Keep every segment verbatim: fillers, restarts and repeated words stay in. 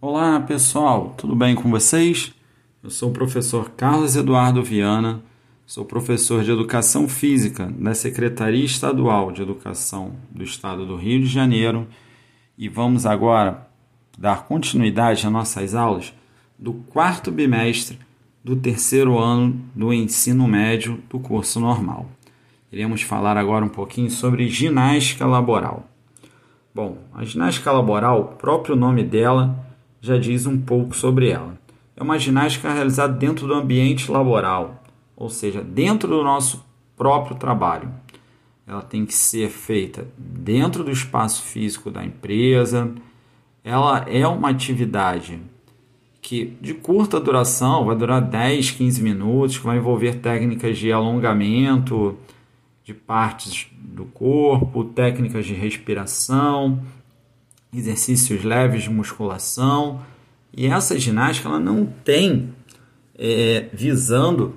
Olá pessoal, tudo bem com vocês? Eu sou o professor Carlos Eduardo Viana, sou professor de Educação Física da Secretaria Estadual de Educação do Estado do Rio de Janeiro e vamos agora dar continuidade às nossas aulas do quarto bimestre do terceiro ano do ensino médio do curso normal. Iremos falar agora um pouquinho sobre ginástica laboral. Bom, a ginástica laboral, o próprio nome dela já diz um pouco sobre ela. É uma ginástica realizada dentro do ambiente laboral, ou seja, dentro do nosso próprio trabalho. Ela tem que ser feita dentro do espaço físico da empresa. Ela é uma atividade que de curta duração, vai durar dez, quinze minutos, que vai envolver técnicas de alongamento de partes do corpo, técnicas de respiração, exercícios leves de musculação. E essa ginástica ela não tem é, visando,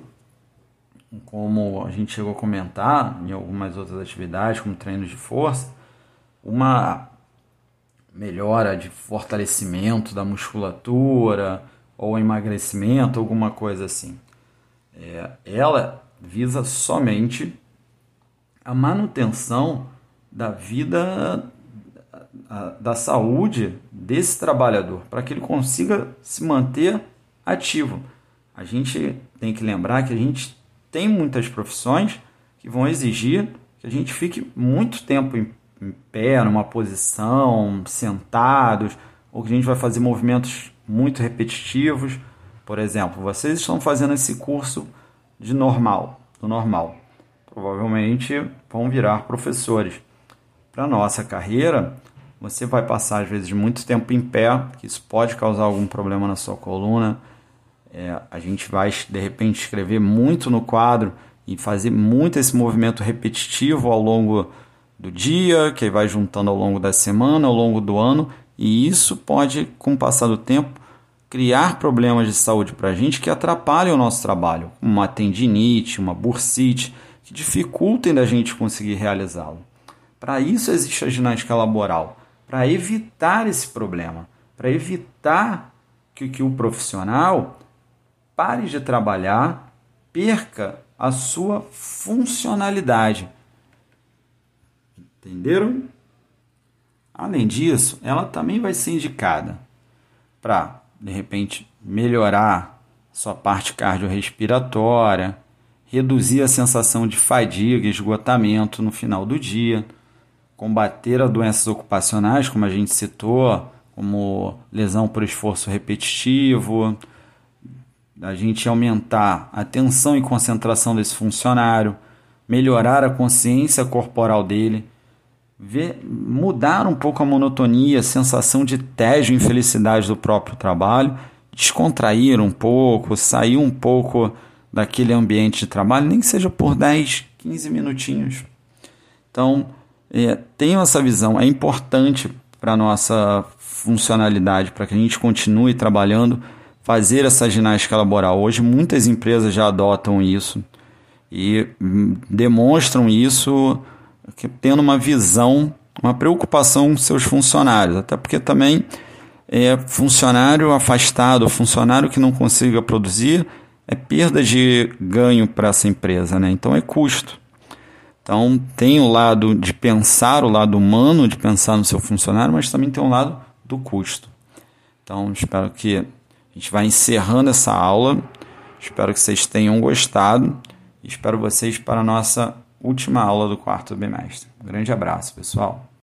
como a gente chegou a comentar em algumas outras atividades, como treinos de força, uma melhora de fortalecimento da musculatura ou emagrecimento, alguma coisa assim. É, ela visa somente a manutenção da vida, da saúde desse trabalhador, para que ele consiga se manter ativo. A gente tem que lembrar que a gente tem muitas profissões que vão exigir que a gente fique muito tempo em, em pé, numa posição, sentados, ou que a gente vai fazer movimentos muito repetitivos. Por exemplo, vocês estão fazendo esse curso de normal, do normal. Provavelmente vão virar professores. Para a nossa carreira, você vai passar às vezes muito tempo em pé, que isso pode causar algum problema na sua coluna. É, a gente vai de repente escrever muito no quadro e fazer muito esse movimento repetitivo ao longo do dia, que vai juntando ao longo da semana, ao longo do ano, e isso pode, com o passar do tempo, criar problemas de saúde para a gente que atrapalham o nosso trabalho, como uma tendinite, uma bursite, que dificultem da gente conseguir realizá-lo. Para isso existe a ginástica laboral, para evitar esse problema, para evitar que, que o profissional pare de trabalhar, perca a sua funcionalidade. Entenderam? Além disso, ela também vai ser indicada para, de repente, melhorar sua parte cardiorrespiratória, reduzir a sensação de fadiga e esgotamento no final do dia, combater as doenças ocupacionais, como a gente citou, como lesão por esforço repetitivo, a gente aumentar a atenção e concentração desse funcionário, melhorar a consciência corporal dele, ver, mudar um pouco a monotonia, a sensação de tédio e infelicidade do próprio trabalho, descontrair um pouco, sair um pouco daquele ambiente de trabalho, nem que seja por dez, quinze minutinhos. Então, é, tenham essa visão, é importante para a nossa funcionalidade, para que a gente continue trabalhando, fazer essa ginástica laboral. Hoje muitas empresas já adotam isso e demonstram isso tendo uma visão, uma preocupação com seus funcionários, até porque também é, funcionário afastado, funcionário que não consiga produzir, é perda de ganho para essa empresa, né? Então é custo. Então tem o lado de pensar, o lado humano de pensar no seu funcionário, mas também tem o lado do custo. Então espero que a gente vá encerrando essa aula, espero que vocês tenham gostado e espero vocês para a nossa última aula do quarto bimestre. Um grande abraço, pessoal.